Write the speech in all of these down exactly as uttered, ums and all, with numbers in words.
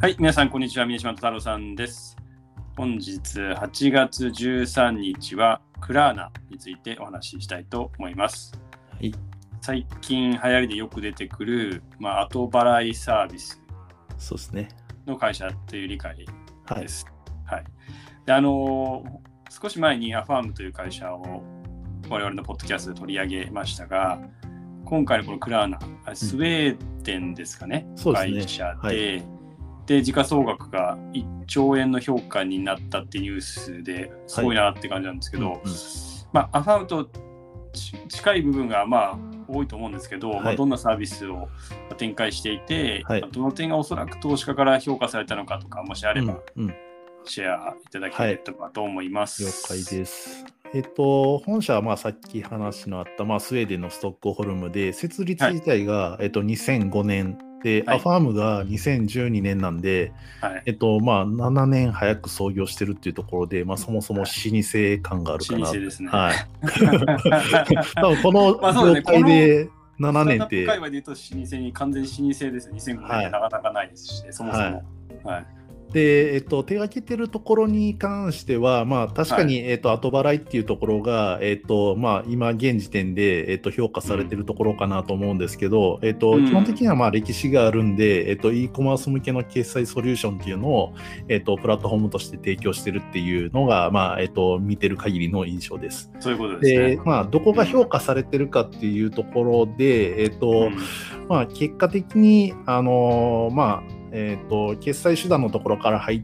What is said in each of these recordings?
はい、皆さんこんにちは。宮島太郎さんです。本日はちがつじゅうさんにちはクラーナについてお話ししたいと思います。 はい、 最近流行りでよく出てくる、まあ、後払いサービスそうですね。 の会社という理解です。 はい。 はい、であのー、少し前にアファームという会社を我々のポッドキャストで取り上げましたが、今回のこのクラーナ、スウェーデンですかね、 うん、 会社で、 はい、 で時価総額がいっちょうえんの評価になったっていうニュースですごいなって感じなんですけど、はい、うんうん、まあ、アファームと近い部分がまあ多いと思うんですけど、はい、まあ、どんなサービスを展開していて、はい、どの点がおそらく投資家から評価されたのかとか、もしあればシェアいただければと思います。 はい、了解です。えっと、本社はまあさっき話のあった、まあ、スウェーデンのストックホルムで、設立自体が、はい、えっと、にせんごねんで、はい、アファームがにせんじゅうにねんなんで、はい、えっとまあ、ななねん早く創業してるっていうところで、まあ、そもそも老舗感があるかな。 老舗ですね。 はい。多分この業界でななねんって。 スタートアップ界隈で言うと老舗に完全に老舗ですね。にせんごねんでなかなかないですし、ね、はい、そもそも。はいはいで、えっと、手がけてるところに関しては、まあ、確かに、はい、えっと、後払いっていうところが、えっと、まあ、今、現時点で、えっと、評価されてるところかなと思うんですけど、うん、えっと、基本的には、まあ、歴史があるんで、えっと、e コマース向けの決済ソリューションっていうのを、えっと、プラットフォームとして提供してるっていうのが、まあ、えっと、見てる限りの印象です。 そういうことですね。 で、まあ、どこが評価されてるかっていうところで、えっと、うん、まあ、結果的に、あの、まあ、えーと、決済手段のところから入って、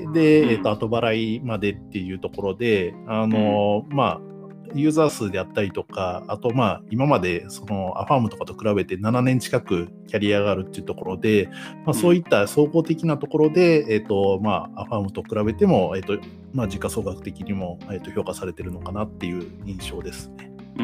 で、うん、えーと、後払いまでっていうところで、あの、うん、まあ、ユーザー数であったりとか、あと、まあ、今まで、その、アファームとかと比べてななねん近くキャリアがあるっていうところで、まあ、そういった総合的なところで、うん、えーと、まあ、アファームと比べても、えーと、まあ、時価総額的にも、えーと、評価されてるのかなっていう印象ですね。 うん。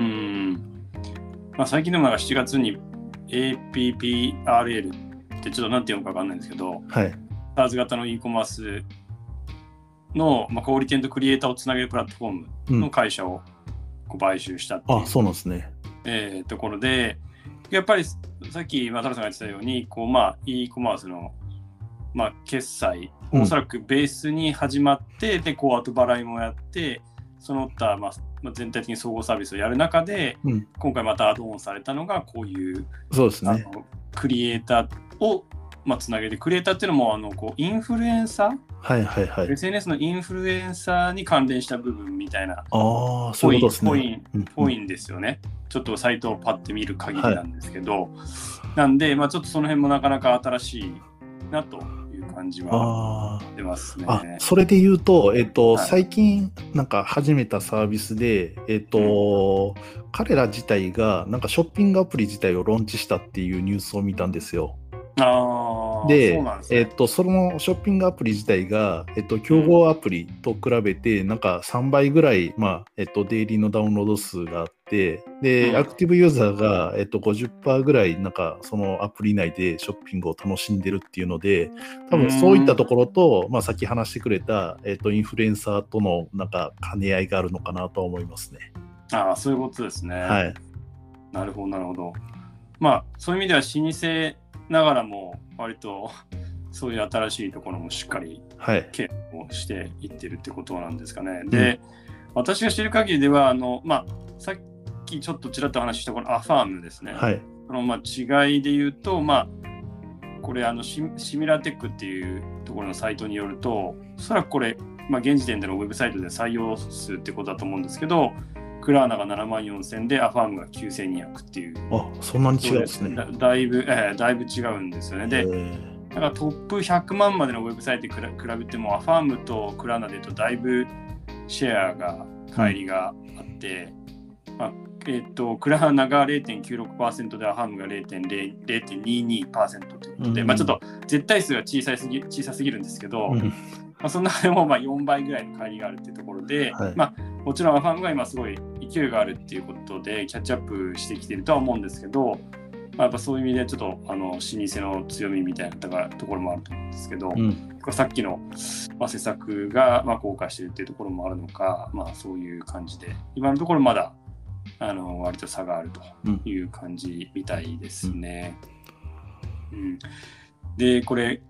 まあ、最近でもなんかしちがつに エーピーピーアールエルってちょっと何て読むか分かんないんですけど、 はい、 SaaS 型の e コマースの、まあ、小売店とクリエイターをつなげるプラットフォームの会社をこう買収したっていう、 うん、あ、そうなんですね。 えー、ところで、やっぱりさっき渡さんが言ってたように、こう、まあ、e コマースの、まあ、決済、うん、おそらくベースに始まって、で、こう後払いもやって、その他、まあ、全体的に総合サービスをやる中で、うん、今回またアドオンされたのがこういう、 そうですね、 あのクリエイターを、まあ、つなげて、クリエイターっていうのもあのこうインフルエンサー、 はいはいはい、 エスエヌエス のインフルエンサーに関連した部分みたいな、 あ、そういうことですね、 ぽい、ぽいんですよね。ちょっとサイトをパッて見る限りなんですけど、はい、なんで、まあ、ちょっとその辺もなかなか新しいなという感じは出ますね。 あ、それで言うと、えっと、はい、最近なんか始めたサービスで、えっと、うん、彼ら自体がなんかショッピングアプリ自体をローンチしたっていうニュースを見たんですよ。 あで、 そうなんですね。 えっと、そのショッピングアプリ自体が、えっと、競合アプリと比べて、なんかさんばいぐらい、まあ、えっと、デイリーのダウンロード数があって、で、うん、アクティブユーザーが、えっと、ごじゅっパーセント ぐらい、なんか、そのアプリ内でショッピングを楽しんでるっていうので、多分そういったところと、まあ、さっき話してくれた、えっと、インフルエンサーとの、なんか、兼ね合いがあるのかなと思いますね。 ああ、そういうことですね。 はい。 なるほど、なるほど。まあ、そういう意味では、老舗ながらも、割と、そういう新しいところもしっかりケアをしていってるってことなんですかね。はい、で、うん、私が知る限りでは、あの、まあ、さっきちょっとちらっと話したこのアファームですね。 はい、 そのまあ違いで言うと、まあ、これあのシ、シミラテックっていうところのサイトによると、おそらくこれ、まあ、現時点でのウェブサイトで採用数ってことだと思うんですけど、クラーナがななまんよんせんでアファームがきゅうせんにひゃくっていう。 あ、そんなに違うんですね。 だ, だいぶ、えー、だいぶ違うんですよね。で、だからトップひゃくまんまでのウェブサイトに比べてもアファームとクラーナで言うとだいぶシェアが乖離があって、うんまあえー、とクラーナが れいてんきゅうろくパーセント でアファームが れいてんにーにパーセント ということで、うんまあ、ちょっと絶対数が小さすぎ、小さすぎるんですけど、うんまあ、その中でもまあよんばいぐらいの乖離があるっていうところで、はいまあ、もちろんアファームが今すごい勢いがあるっていうことでキャッチアップしてきてるとは思うんですけど、まあ、やっぱそういう意味でちょっとあの老舗の強みみたいなところもあると思うんですけど、うん、さっきの、まあ、施策がまあ効果しているっていうところもあるのか、まあ、そういう感じで今のところまだあの割と差があるという感じみたいですね。うんうん、でこれ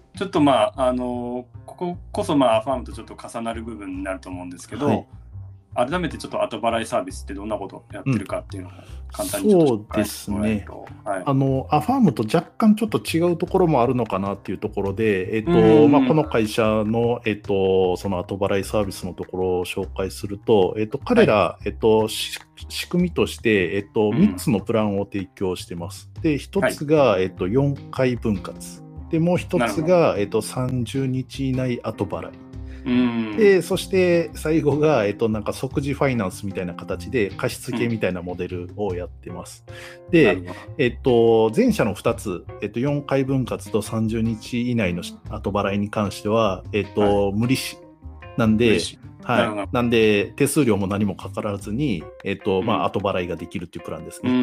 ちょっとまあ、あのこここそまあアファームとちょっと重なる部分になると思うんですけど、はい、改めてちょっと後払いサービスってどんなことをやってるかっていうのを簡単にちょっと紹介してもらえると、 そうですね、はい、あのアファームと若干ちょっと違うところもあるのかなっていうところで、えっとまあ、この会社の、えっと、その後払いサービスのところを紹介すると、えっと、彼ら、はい、えっと、仕組みとして、えっと、みっつのプランを提供してます。で、ひとつが、はい、えっと、よんかい分割で、もう一つが、えっと、さんじゅうにち以内後払い。うんで、そして最後が、えっと、なんか即時ファイナンスみたいな形で貸付系みたいなモデルをやってます。うん、で、えっと、前者のふたつ、えっと、よんかい分割とさんじゅうにち以内の後払いに関しては、えっと、はい、無利子なんで、はい、なんで手数料も何もかからずに、えっとまあ、後払いができるっていうプランですね。うん、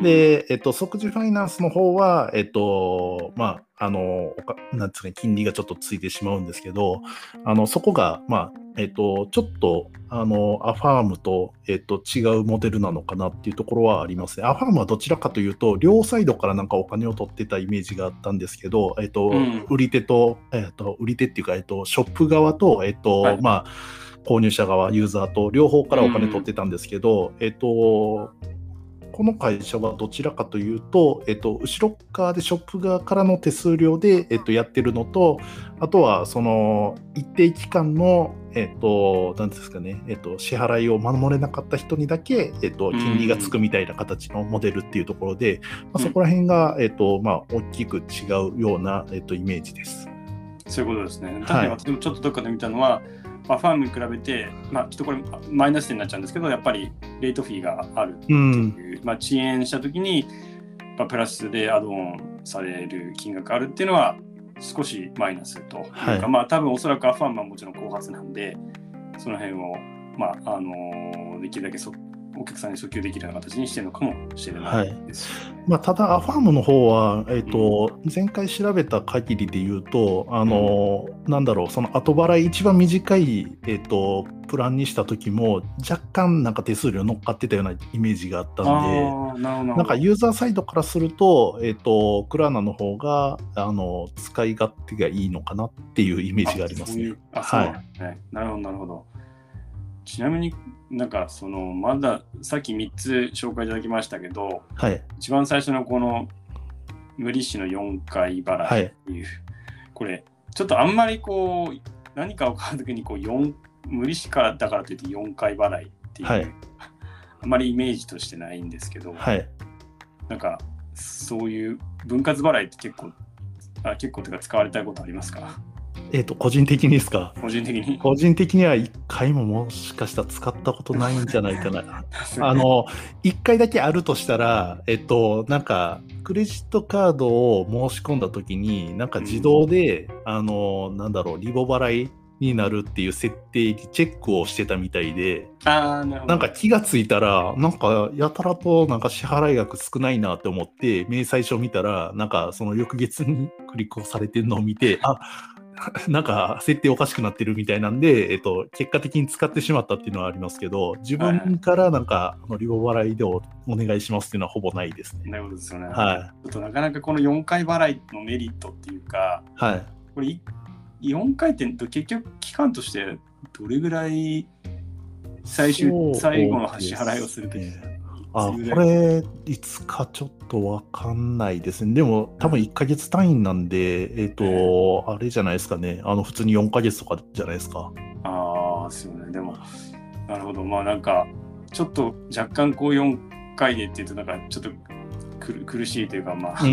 で、えっと、即時ファイナンスの方は、えっとまあ、あのなんつうか、金利がちょっとついてしまうんですけど、あのそこが、まあえっと、ちょっとあのアファームと、えっと、違うモデルなのかなっていうところはありますね。アファームはどちらかというと両サイドからなんかお金を取ってたイメージがあったんですけど、えっとうん、売り手と、えっと、売り手っていうか、えっと、ショップ側と、えっとはい、まあ購入者側、ユーザーと両方からお金取ってたんですけど、うん、えっと、この会社はどちらかというと、えっと、後ろ側でショップ側からの手数料で、えっと、やってるのと、あとはその一定期間の、えっと、なんですかね、えっと、支払いを守れなかった人にだけ、えっと、金利がつくみたいな形のモデルっていうところで、うんまあ、そこら辺が、えっとまあ、大きく違うような、えっと、イメージです。 そういうことですね。確かに私もちょっとどっかで見たのは、はいアファームに比べて、まあ、ちょっとこれマイナス点になっちゃうんですけど、やっぱりレートフィーがあるっていう、うんまあ、遅延したときに、まあ、プラスでアドオンされる金額あるっていうのは少しマイナスというか、はい、まあ多分おそらくアファームはもちろん後発なんで、その辺を、まああのー、できるだけそお客さんに訴求できるような形にしてるのかもしれないですよね。 はいまあ、ただアファームの方は、えーとうん、前回調べた限りで言うと、あのーうん、なんだろう、その後払い一番短い、えーと、プランにした時も若干なんか手数料乗っかってたようなイメージがあったんで、なんかユーザーサイドからすると、えーと、クラーナの方があの使い勝手がいいのかなっていうイメージがありますね。 あ、そういう、あ、そうなんですね。はい、なるほど、なるほど。ちなみになんかそのまださっきみっつ紹介いただきましたけど、はい、一番最初のこの無利子のよんかい払いっていう、はい、これちょっとあんまりこう何かを買うときにこうよん無利子からだからといってよんかい払いっていう、はい、あんまりイメージとしてないんですけど、はい、なんかそういう分割払いって結構あ結構というか使われたいことありますか？ えーと、個人的にですか？ 個人的に個人的にはいっかいももしかしたら使ったことないんじゃないかな。あの、いっかいだけあるとしたら、えっと、なんか、クレジットカードを申し込んだときに、なんか自動で、うん、あの、なんだろう、リボ払いになるっていう設定にチェックをしてたみたいで、 あー、なるほど。 なんか気がついたら、なんかやたらとなんか支払い額少ないなって思って、明細書見たら、なんかその翌月にクリックをされてるのを見て、あ、なんか設定おかしくなってるみたいなんで、えっと、結果的に使ってしまったっていうのはありますけど、自分からなんか、あのリボ払いで お, お願いしますっていうのはほぼないですね。 なるほどですよね。 はい。 ちょっとなかなかこのよんかい払いのメリットっていうか、はい、これよんかいって結局期間としてどれぐらい最終最後の支払いをするとき、 あ、これいつかちょっとわかんないですね。でも多分いっかげつ単位なんで、うん、えっと、えー、あれじゃないですかね。あの普通によんかげつとかじゃないですか。 ああ、そうね。でもなるほど。まあなんかちょっと若干こうよんかいでっていうとなんかちょっと苦しいというか、まあ、うん、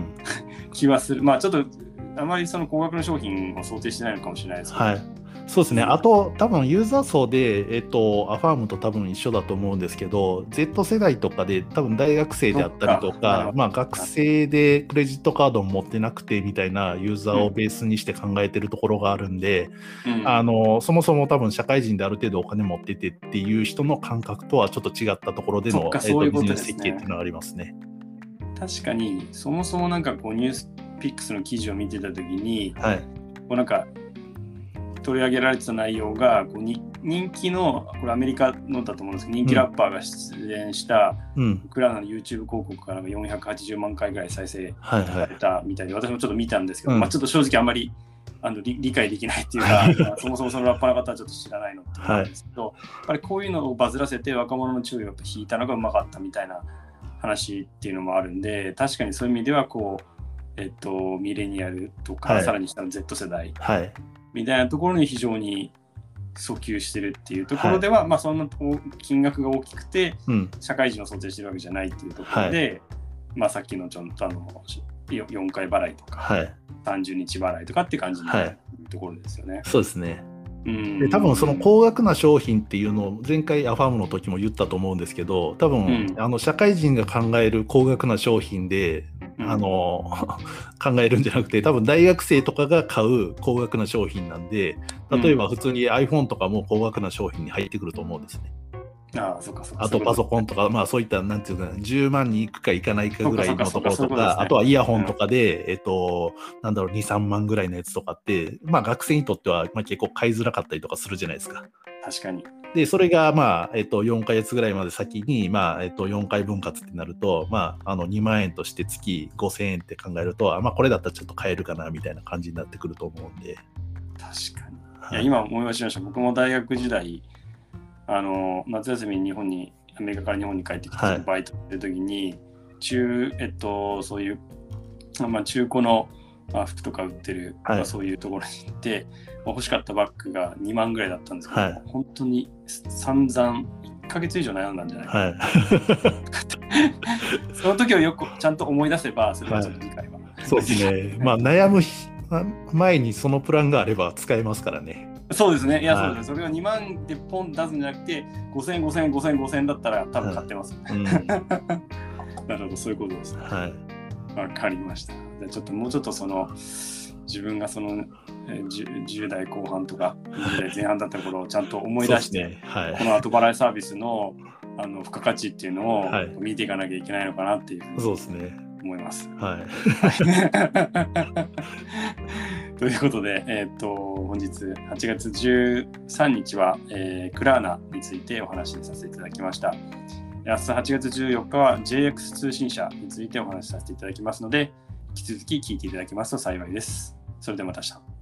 気はする。まあちょっとあまりその高額の商品を想定してないのかもしれないですけど。はい。 そうですね。あと、多分ユーザー層で、えっと、アファームと多分一緒だと思うんですけど、Z 世代とかで多分大学生であったりとか、まあ学生でクレジットカードを持ってなくてみたいなユーザーをベースにして考えてるところがあるんで、うん、あの、そもそも多分社会人である程度お金持っててっていう人の感覚とはちょっと違ったところでの、 えっと、ビジネス設計っていうのがありますね。 確かに、そもそもなんかこうニュースピックスの記事を見てたときに、はい、こうなんか、取り上げられてた内容がこう 2, 人気の、これアメリカのだと思うんですけど、人気ラッパーが出演したクラーナの YouTube 広告からよんひゃくはちじゅうまんかいぐらい再生されたみたいで、はいはい、私もちょっと見たんですけど、うん、まあ、ちょっと正直あんまりあの 理, 理解できないっていうかそもそもそのラッパーの方はちょっと知らないのって思うんですけど、はい、やっぱりこういうのをバズらせて若者の注意を引いたのがうまかったみたいな話っていうのもあるんで、確かにそういう意味ではこう、えっと、ミレニアルとか、はい、さらに下の Z 世代みたいなところに非常に訴求してるっていうところでは、はい、まあ、そんな金額が大きくて、うん、社会人を想定してるわけじゃないっていうところで、はい、まあ、さっきのちょっとあのよんかい払いとか、はい、さんじゅうにち払いとかって感じのところですよね。はい、 そうですね。で多分その高額な商品っていうのを前回アファームの時も言ったと思うんですけど、多分、うん、あの社会人が考える高額な商品で、うん、あの考えるんじゃなくて、多分大学生とかが買う高額な商品なんで、例えば普通に iPhone とかも高額な商品に入ってくると思うんですね。 ああ、そっかそっか。 あとパソコンとか、まあそういったなんていうかじゅうまんにいくかいかないかぐらいのところとか、あとはイヤホンとかで、うん、えっとなんだろうに、さんまんぐらいのやつとかって、まあ学生にとってはまあ結構買いづらかったりとかするじゃないですか。 確かに。 でそれがまあえっとよんかげつぐらいまで先にまあえっとよんかい分割ってなると、まああのにまんえんとして月ごせんえんって考えると、まあこれだったらちょっと買えるかなみたいな感じになってくると思うんで。 確かに。いや今思い出しました。僕も大学時代あの夏休みに日本にアメリカから日本に帰ってきて、はい、バイトしてる時に中えっとそういう、まあ、中古の、まあ、服とか売ってる、はい、まあ、そういうところに行って、まあ、欲しかったバッグがにまんぐらいだったんですけど、はい、本当に散々いっかげつ以上悩んだんじゃないかな、はい、その時をよくちゃんと思い出せばそれはちょっと理解は、はい、 そうですねまあ悩む前にそのプランがあれば使えますからね。 そうですね。いや、そうですね。それがにまんでポン出すんじゃなくて、ごせん、ごせん、ごせん、ごせんだったら多分買ってます。はい、うん、なるほど、そういうことですね。はい。わかりました。じゃあちょっともうちょっとその、自分がその、えー、10, じゅう代後半とかにじゅう代前半だった頃をちゃんと思い出して、ね、はい、この後払いサービスの、あの付加価値っていうのを見ていかなきゃいけないのかなっていうふうに、 そうですね。 思います。 はい。 ということで、えー、と本日はちがつじゅうさんにちは、えー、クラーナについてお話しさせていただきました。明日はちがつじゅうよっかは ジェイエックス 通信社についてお話しさせていただきますので、引き続き聞いていただけますと幸いです。それではまた明日。